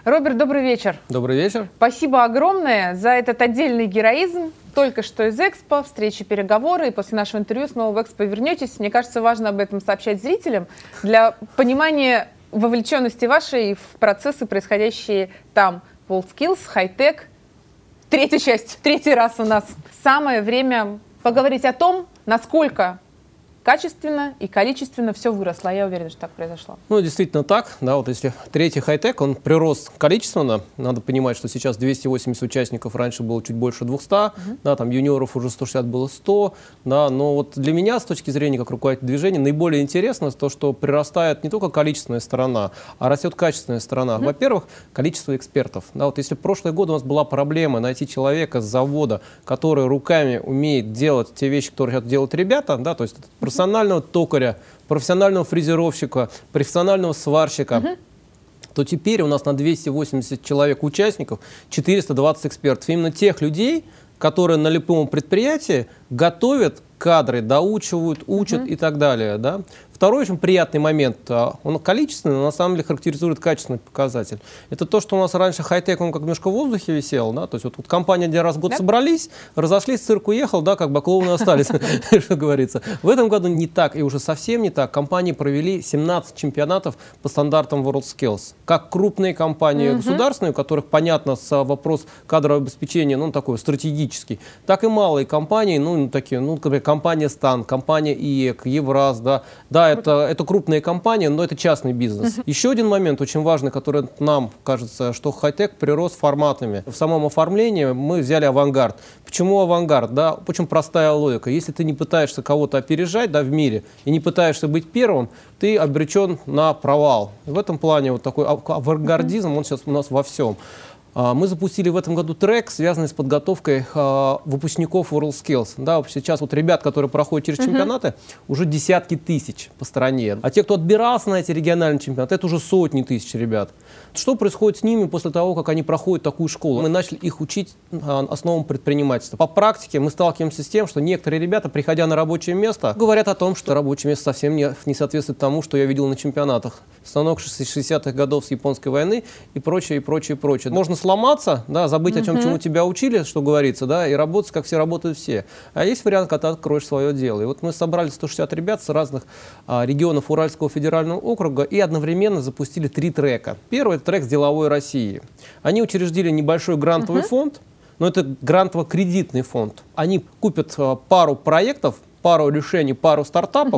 Роберт, добрый вечер. Добрый вечер. Спасибо огромное за этот отдельный героизм. Только что из Экспо, встречи, переговоры, и после нашего интервью снова в Экспо вернетесь. Мне кажется, важно об этом сообщать зрителям для понимания вовлеченности вашей в процессы, происходящие там. WorldSkills, High-Tech. Третья часть, третий раз у нас. Самое время поговорить о том, насколько качественно и количественно все выросло. Я уверена, что так произошло. Ну, действительно так. Да, вот если третий хай-тек, он прирос количественно. Надо понимать, что сейчас 280 участников, раньше было чуть больше 200. Да, там юниоров уже 160, было 100. Да, но вот для меня, с точки зрения как руководителя движения, наиболее интересно то, что прирастает не только количественная сторона, а растет качественная сторона. Во-первых, количество экспертов. Да, вот если в прошлые годы у нас была проблема найти человека с завода, который руками умеет делать те вещи, которые сейчас делают ребята, да, то есть профессионального токаря, профессионального фрезеровщика, профессионального сварщика, то теперь у нас на 280 человек участников 420 экспертов. Именно тех людей, которые на любом предприятии готовят кадры, доучивают, учат и так далее. Да? Второй очень приятный момент, он количественный, но на самом деле характеризует качественный показатель. Это то, что у нас раньше хай-тек, он как немножко в воздухе висел. Да? То есть вот компания один раз в год собрались, разошлись, цирк уехал, да, как бы клоуны остались, что говорится. В этом году не так, и уже совсем не так. Компании провели 17 чемпионатов по стандартам WorldSkills. Как крупные компании государственные, у которых, понятно, вопрос кадрового обеспечения, ну, такой стратегический, так и малые компании, ну, такие, ну, например, компания Стан, компания ИЭК, Евраз, да, это крупные компании, но это частный бизнес. Еще один момент очень важный, который нам кажется, что хай-тек прирос форматами. В самом оформлении мы взяли авангард. Почему авангард? Да, очень простая логика. Если ты не пытаешься кого-то опережать, да, в мире и не пытаешься быть первым, ты обречен на провал. В этом плане вот такой авангардизм, он сейчас у нас во всем. Мы запустили в этом году трек, связанный с подготовкой выпускников WorldSkills. Да, сейчас вот ребят, которые проходят через чемпионаты, уже десятки тысяч по стране. А те, кто отбирался на эти региональные чемпионаты, это уже сотни тысяч ребят. Что происходит с ними после того, как они проходят такую школу? Мы начали их учить основам предпринимательства. По практике мы сталкиваемся с тем, что некоторые ребята, приходя на рабочее место, говорят о том, что рабочее место совсем не соответствует тому, что я видел на чемпионатах. Станок 60-х годов с японской войны и прочее, и прочее, и прочее. Можно сломаться, да, забыть о чем, чему тебя учили, что говорится, да, и работать, как все работают все. А есть вариант, когда ты откроешь свое дело. И вот мы собрали 160 ребят с разных регионов Уральского федерального округа и одновременно запустили 3 трека. Первый трек с деловой России. Они учредили небольшой грантовый фонд, но это грантово-кредитный фонд. Они купят пару проектов, пару решений, пару стартапов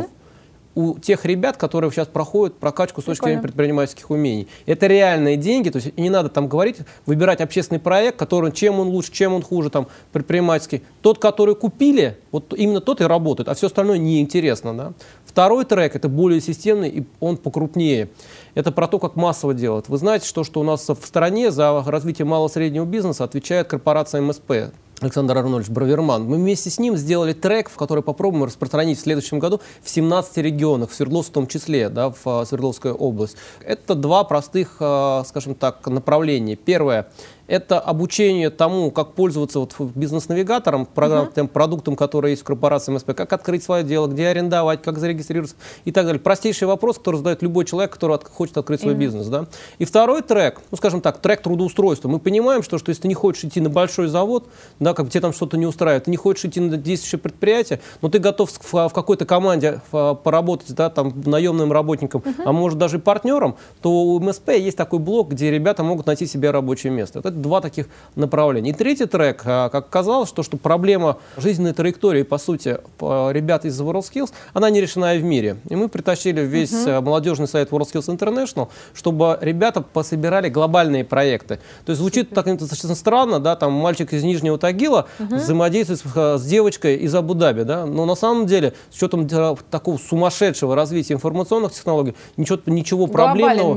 у тех ребят, которые сейчас проходят прокачку с точки зрения предпринимательских умений. Это реальные деньги, то есть не надо там говорить, выбирать общественный проект, который, чем он лучше, чем он хуже, там, предпринимательский. Тот, который купили, вот именно тот и работает, а все остальное неинтересно. Да? Второй трек, это более системный, и он покрупнее. Это про то, как массово делать. Вы знаете, что у нас в стране за развитие малого и среднего бизнеса отвечает корпорация МСП. Александр Арнольевич Браверман. Мы вместе с ним сделали трек, в который попробуем распространить в следующем году в 17 регионах, в Свердловске в том числе, да, в Свердловскую область. Это 2 простых, скажем так, направления. Первое – это обучение тому, как пользоваться вот бизнес-навигатором, тем продуктом, который есть в корпорации МСП, как открыть свое дело, где арендовать, как зарегистрироваться и так далее. Простейший вопрос, который задает любой человек, который хочет открыть свой бизнес. Да? И второй трек, ну скажем так, трек трудоустройства. Мы понимаем, что если ты не хочешь идти на большой завод, да, как тебе там что-то не устраивает, ты не хочешь идти на действующее предприятие, но ты готов в какой-то команде поработать, да, там, наемным работником, а может даже партнером, то у МСП есть такой блок, где ребята могут найти себе рабочее место. Это 2 таких направления. И третий трек, как оказалось, что проблема жизненной траектории, по сути, ребят из WorldSkills, она не решена и в мире. И мы притащили весь молодежный сайт WorldSkills International, чтобы ребята пособирали глобальные проекты. То есть звучит так достаточно странно, да, там мальчик из Нижнего Тагила взаимодействует с девочкой из Абу-Даби, да, но на самом деле с учетом такого сумасшедшего развития информационных технологий ничего проблемного.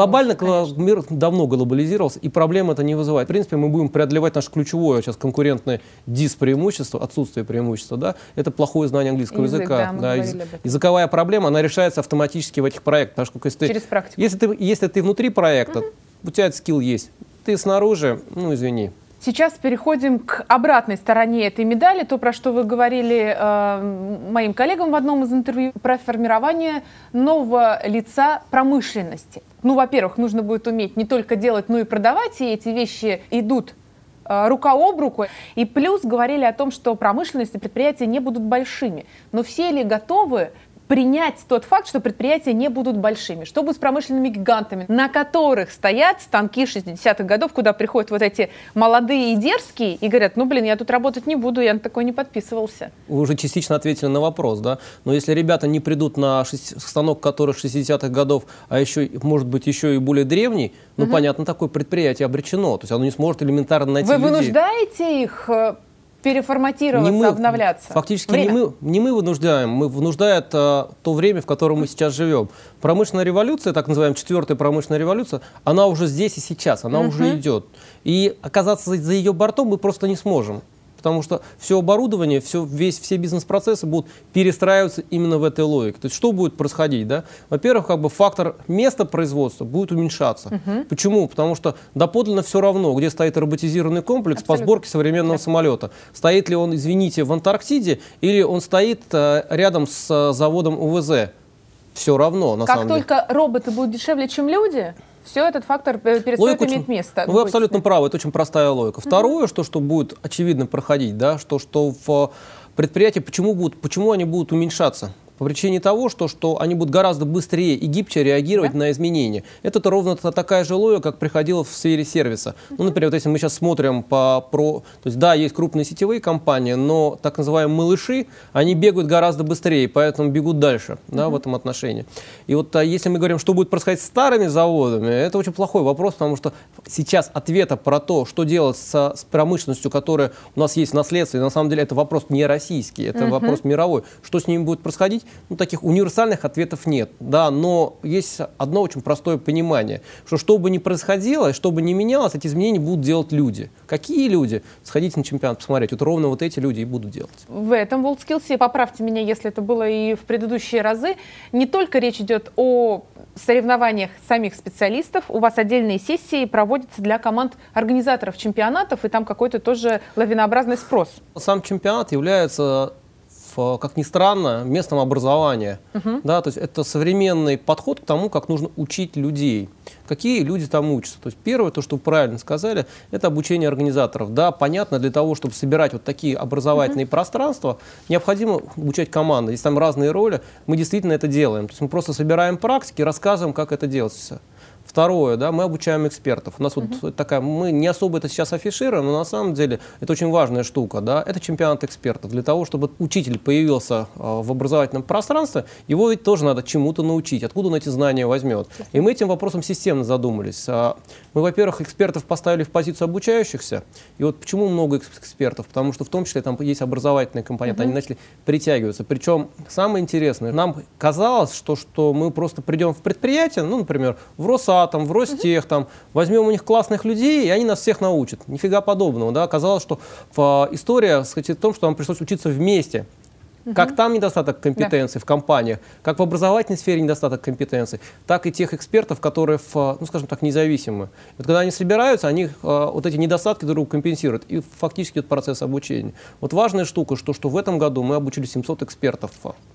Мир давно глобализировался, и проблем это не вызывает. В принципе, мы будем преодолевать наше ключевое сейчас конкурентное диспреимущество, отсутствие преимущества, да, это плохое знание английского языка. Да, языковая проблема, она решается автоматически в этих проектах. Через практику. Если ты внутри проекта, у тебя этот скилл есть, ты снаружи, ну извини. Сейчас переходим к обратной стороне этой медали, то, про что вы говорили моим коллегам в одном из интервью, про формирование нового лица промышленности. Ну, во-первых, нужно будет уметь не только делать, но и продавать, и эти вещи идут рука об руку. И плюс говорили о том, что промышленность и предприятия не будут большими. Но все ли готовы принять тот факт, что предприятия не будут большими? Что будет с промышленными гигантами, на которых стоят станки 60-х годов, куда приходят вот эти молодые и дерзкие и говорят, ну, блин, я тут работать не буду, я на такой не подписывался. Вы уже частично ответили на вопрос, да? Но если ребята не придут на станок, который 60-х годов, а еще, может быть, еще и более древний, ну, понятно, такое предприятие обречено. То есть оно не сможет элементарно найти людей. Вы вынуждаете их переформатироваться, обновляться? Фактически не мы вынуждаем, мы вынуждает то время, в котором мы сейчас живем. Промышленная революция, так называемая 4-я промышленная революция, она уже здесь и сейчас, она уже идет. И оказаться за ее бортом мы просто не сможем. Потому что все оборудование, все бизнес-процессы будут перестраиваться именно в этой логике. То есть что будет происходить? Да? Во-первых, фактор места производства будет уменьшаться. Почему? Потому что доподлинно все равно, где стоит роботизированный комплекс по сборке современного самолета. Стоит ли он, извините, в Антарктиде или он стоит рядом с заводом УВЗ. Все равно, на самом деле. Как только роботы будут дешевле, чем люди, все, этот фактор перестает иметь место. Вы абсолютно правы, это очень простая логика. Второе, что будет очевидно проходить, да, что в предприятии, почему они будут уменьшаться? По причине того, что они будут гораздо быстрее и гибче реагировать на изменения. Это ровно такая же логика, как приходила в сфере сервиса. Ну, например, вот если мы сейчас смотрим то есть да, есть крупные сетевые компании, но так называемые малыши, они бегают гораздо быстрее, поэтому бегут дальше, да, в этом отношении. И вот если мы говорим, что будет происходить с старыми заводами, это очень плохой вопрос, потому что сейчас ответа про то, что делать с промышленностью, которая у нас есть в наследстве, на самом деле это вопрос не российский, это вопрос мировой. Что с ними будет происходить? Ну, таких универсальных ответов нет, да, но есть одно очень простое понимание, что бы ни происходило, что бы ни менялось, эти изменения будут делать люди. Какие люди? Сходите на чемпионат, посмотреть, вот ровно вот эти люди и будут делать. В этом WorldSkills, поправьте меня, если это было и в предыдущие разы, не только речь идет о соревнованиях самих специалистов, у вас отдельные сессии проводятся для команд организаторов чемпионатов, и там какой-то тоже лавинообразный спрос. Сам чемпионат является, как ни странно, местом образования. Да, то есть это современный подход к тому, как нужно учить людей. Какие люди там учатся. То есть первое, то, что вы правильно сказали, это обучение организаторов. Да, понятно, для того, чтобы собирать вот такие образовательные пространства, необходимо обучать команды. Если там разные роли, мы действительно это делаем. То есть мы просто собираем практики, рассказываем, как это делается. Второе, да, мы обучаем экспертов. У нас вот такая, мы не особо это сейчас афишируем, но на самом деле это очень важная штука. Да? Это чемпионат экспертов. Для того, чтобы учитель появился в образовательном пространстве, его ведь тоже надо чему-то научить. Откуда он эти знания возьмет? И мы этим вопросом системно задумались. Мы, во-первых, экспертов поставили в позицию обучающихся. И вот почему много экспертов? Потому что в том числе там есть образовательные компоненты. Они начали притягиваться. Причем самое интересное, нам казалось, что мы просто придем в предприятие, ну, например, в Росатом, в Ростех, возьмем у них классных людей, и они нас всех научат. Нифига подобного. Да? Оказалось, что история в том, что нам пришлось учиться вместе. Как там недостаток компетенций в компаниях, как в образовательной сфере недостаток компетенций, так и тех экспертов, которые, ну, скажем так, независимы. Вот когда они собираются, они вот эти недостатки друг друга компенсируют, и фактически идет процесс обучения. Вот важная штука, что в этом году мы обучили 700 экспертов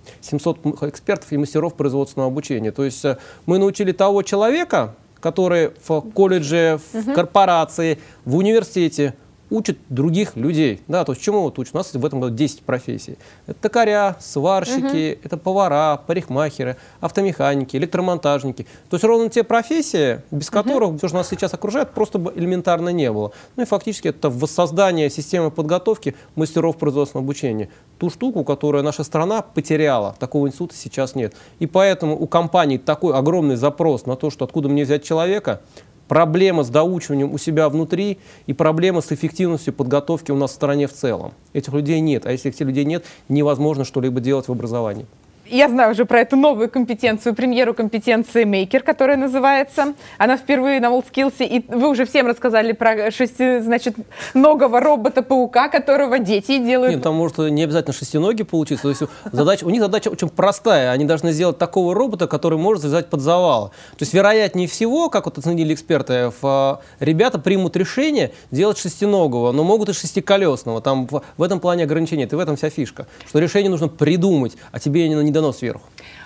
и мастеров производственного обучения. То есть мы научили того человека, который в колледже, в корпорации, в университете учат других людей. Да, то есть чему вот учат? У нас в этом году 10 профессий. Это токаря, сварщики, это повара, парикмахеры, автомеханики, электромонтажники. То есть ровно те профессии, без которых все, что нас сейчас окружает, просто бы элементарно не было. Ну и фактически это воссоздание системы подготовки мастеров производственного обучения. Ту штуку, которую наша страна потеряла. Такого института сейчас нет. И поэтому у компаний такой огромный запрос на то, что откуда мне взять человека, проблема с доучиванием у себя внутри и проблема с эффективностью подготовки у нас в стране в целом. Этих людей нет. А если этих людей нет, невозможно что-либо делать в образовании. Я знаю уже про эту новую компетенцию, премьеру компетенции Maker, которая называется. Она впервые на WorldSkills, и вы уже всем рассказали про шестиногого робота-паука, которого дети делают. Нет, там может не обязательно шестиногий получиться. То есть у них задача очень простая. Они должны сделать такого робота, который может залезать под завалы. То есть, вероятнее всего, как вот оценили эксперты, ребята примут решение делать шестиногого, но могут и шестиколесного. Там в этом плане ограничения. И в этом вся фишка. Что решение нужно придумать, а тебе не дано сверху.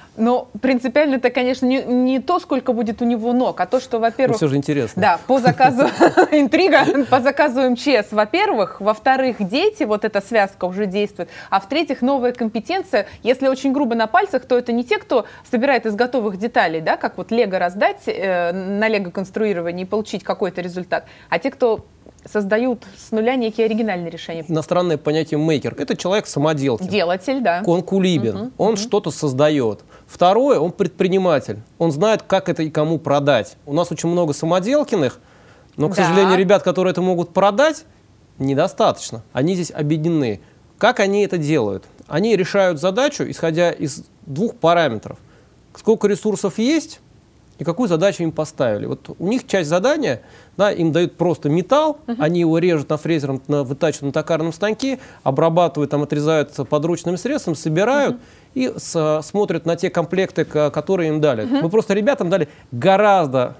Но принципиально это, конечно, не то, сколько будет у него ног, а то, что, во-первых... Все же интересно. Да, по заказу... Интрига. По заказу МЧС, во-первых. Во-вторых, дети, вот эта связка уже действует. А в-третьих, новая компетенция. Если очень грубо на пальцах, то это не те, кто собирает из готовых деталей, да, как вот лего раздать на лего-конструировании и получить какой-то результат, а те, кто создают с нуля некие оригинальные решения. Иностранное понятие мейкер. Это человек-самоделки. Делатель, да. Он кулибин, он что-то создает. Второе, он предприниматель. Он знает, как это и кому продать. У нас очень много самоделкиных, но, к сожалению, ребят, которые это могут продать, недостаточно. Они здесь объединены. Как они это делают? Они решают задачу, исходя из двух параметров. Сколько ресурсов есть и какую задачу им поставили. Вот у них часть задания, да, им дают просто металл, они его режут на фрезером, вытачивают на токарном станке, обрабатывают, там, отрезают подручным средством, собирают и смотрят на те комплекты, которые им дали. Мы просто ребятам дали гораздо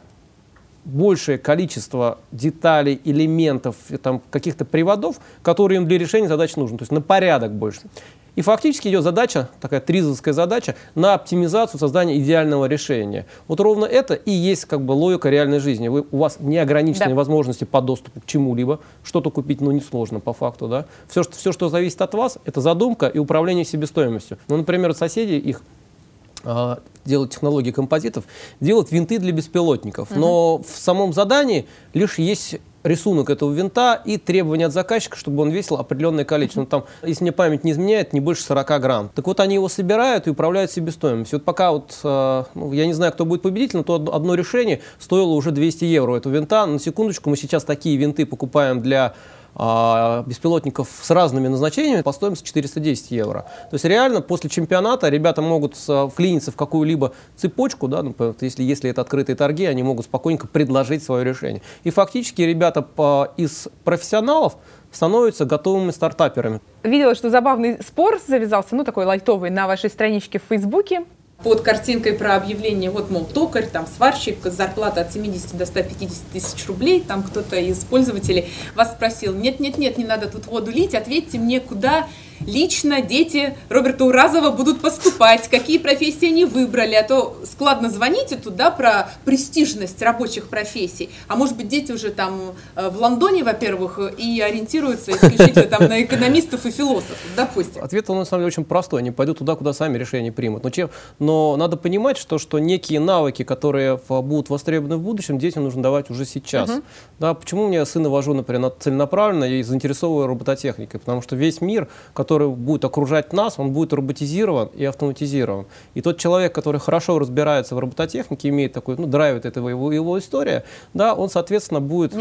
большее количество деталей, элементов, там, каких-то приводов, которые им для решения задач нужны, то есть на порядок больше. И фактически идет задача, такая тризовская задача, на оптимизацию создания идеального решения. Вот ровно это и есть как бы логика реальной жизни. У вас неограниченные возможности по доступу к чему-либо. Что-то купить, ну, несложно по факту. Да? Все, что зависит от вас, это задумка и управление себестоимостью. Ну, например, соседи их делают технологии композитов, делают винты для беспилотников. Но в самом задании лишь есть рисунок этого винта и требования от заказчика, чтобы он весил определенное количество. Там, если мне память не изменяет, не больше 40 грамм. Так вот, они его собирают и управляют себестоимостью. Вот пока вот, я не знаю, кто будет победителем, то одно решение стоило уже 200 евро этого винта. На секундочку, мы сейчас такие винты покупаем для беспилотников с разными назначениями по стоимости 410 евро. То есть реально после чемпионата ребята могут вклиниться в какую-либо цепочку, да, например, если это открытые торги, они могут спокойненько предложить свое решение. И фактически ребята из профессионалов становятся готовыми стартаперами. Видела, что забавный спор завязался, ну такой лайтовый, на вашей страничке в Фейсбуке. Под картинкой про объявление, вот, мол, токарь, там, сварщик, зарплата от 70 до 150 тысяч рублей, там кто-то из пользователей вас спросил, нет, не надо тут воду лить, ответьте мне, куда лично дети Роберта Уразова будут поступать, какие профессии они выбрали, а то складно звоните туда про престижность рабочих профессий, а может быть дети уже там в Лондоне, во-первых, и ориентируются исключительно там на экономистов и философов, допустим. Ответ, он на самом деле очень простой, они пойдут туда, куда сами решения примут. Но надо понимать, что некие навыки, которые будут востребованы в будущем, детям нужно давать уже сейчас. Да, почему я сына вожу, например, целенаправленно и заинтересовываю робототехникой? Потому что весь мир, который будет окружать нас, он будет роботизирован и автоматизирован. И тот человек, который хорошо разбирается в робототехнике, имеет такой, драйвит этого его история, да, он, соответственно, будет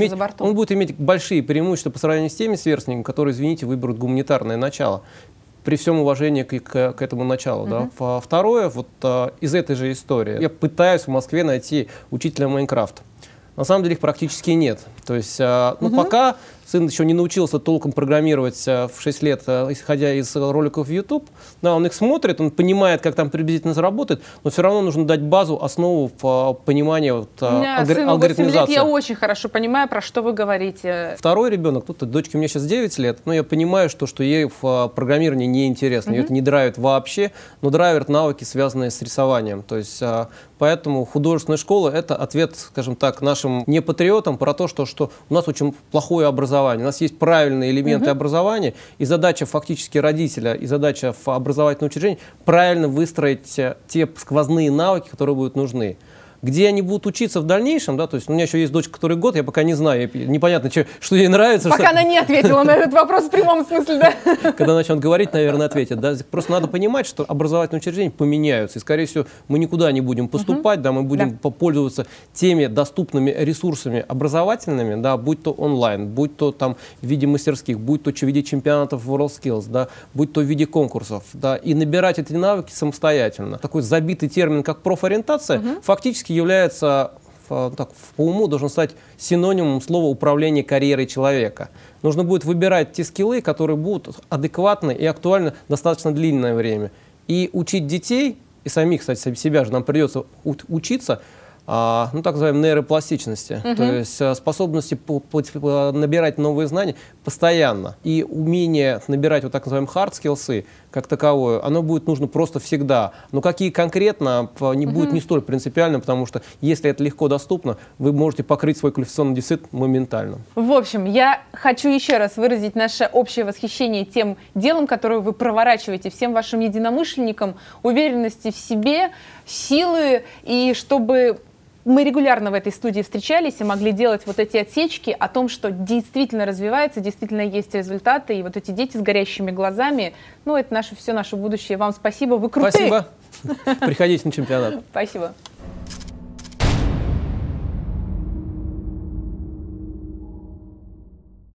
иметь большие преимущества по сравнению с теми сверстниками, которые, извините, выберут гуманитарное начало. При всем уважении к этому началу. Да. Второе, вот из этой же истории. Я пытаюсь в Москве найти учителя Майнкрафта. На самом деле их практически нет. То есть, пока сын еще не научился толком программировать в 6 лет, исходя из роликов в YouTube, да, он их смотрит, он понимает, как там приблизительно заработает, но все равно нужно дать базу, основу понимания алгоритмизации. Лет, я очень хорошо понимаю, про что вы говорите. Второй ребенок, дочке мне сейчас 9 лет, но я понимаю, что ей в программировании неинтересно, ее это не драйвит вообще, но драйвит навыки, связанные с рисованием. То есть, поэтому художественная школа — это ответ, скажем так, нашим непатриотам про то, что у нас очень плохое образование. У нас есть правильные элементы образования, и задача фактически родителя, и задача образовательного учреждения правильно выстроить те сквозные навыки, которые будут нужны. Где они будут учиться в дальнейшем, да, то есть у меня еще есть дочка, которой год, я пока не знаю, непонятно, что ей нравится. Пока она не ответила на этот вопрос в прямом смысле, да? Когда начнет говорить, наверное, ответит. Да? Просто надо понимать, что образовательные учреждения поменяются. И, скорее всего, мы никуда не будем поступать, да, мы будем пользоваться теми доступными ресурсами образовательными, да, будь то онлайн, будь то там в виде мастерских, будь то в виде чемпионатов WorldSkills, да, будь то в виде конкурсов, да, и набирать эти навыки самостоятельно. Такой забитый термин, как профориентация, фактически является, так, по уму должен стать синонимом слова «управление карьерой человека». Нужно будет выбирать те скиллы, которые будут адекватны и актуальны достаточно длинное время. И учить детей, и самих, кстати, себя же нам придется учиться, ну, так называемой нейропластичности, то есть способности набирать новые знания постоянно. И умение набирать вот так называемые hard skills, как таковое, оно будет нужно просто всегда. Но какие конкретно, не будет не столь принципиально, потому что если это легко доступно, вы можете покрыть свой квалификационный дефицит моментально. В общем, я хочу еще раз выразить наше общее восхищение тем делом, которое вы проворачиваете, всем вашим единомышленникам, уверенности в себе, силы, и чтобы мы регулярно в этой студии встречались и могли делать вот эти отсечки о том, что действительно развивается, действительно есть результаты, и вот эти дети с горящими глазами, ну, это все наше будущее. Вам спасибо, вы крутые. Спасибо. Приходите на чемпионат. Спасибо.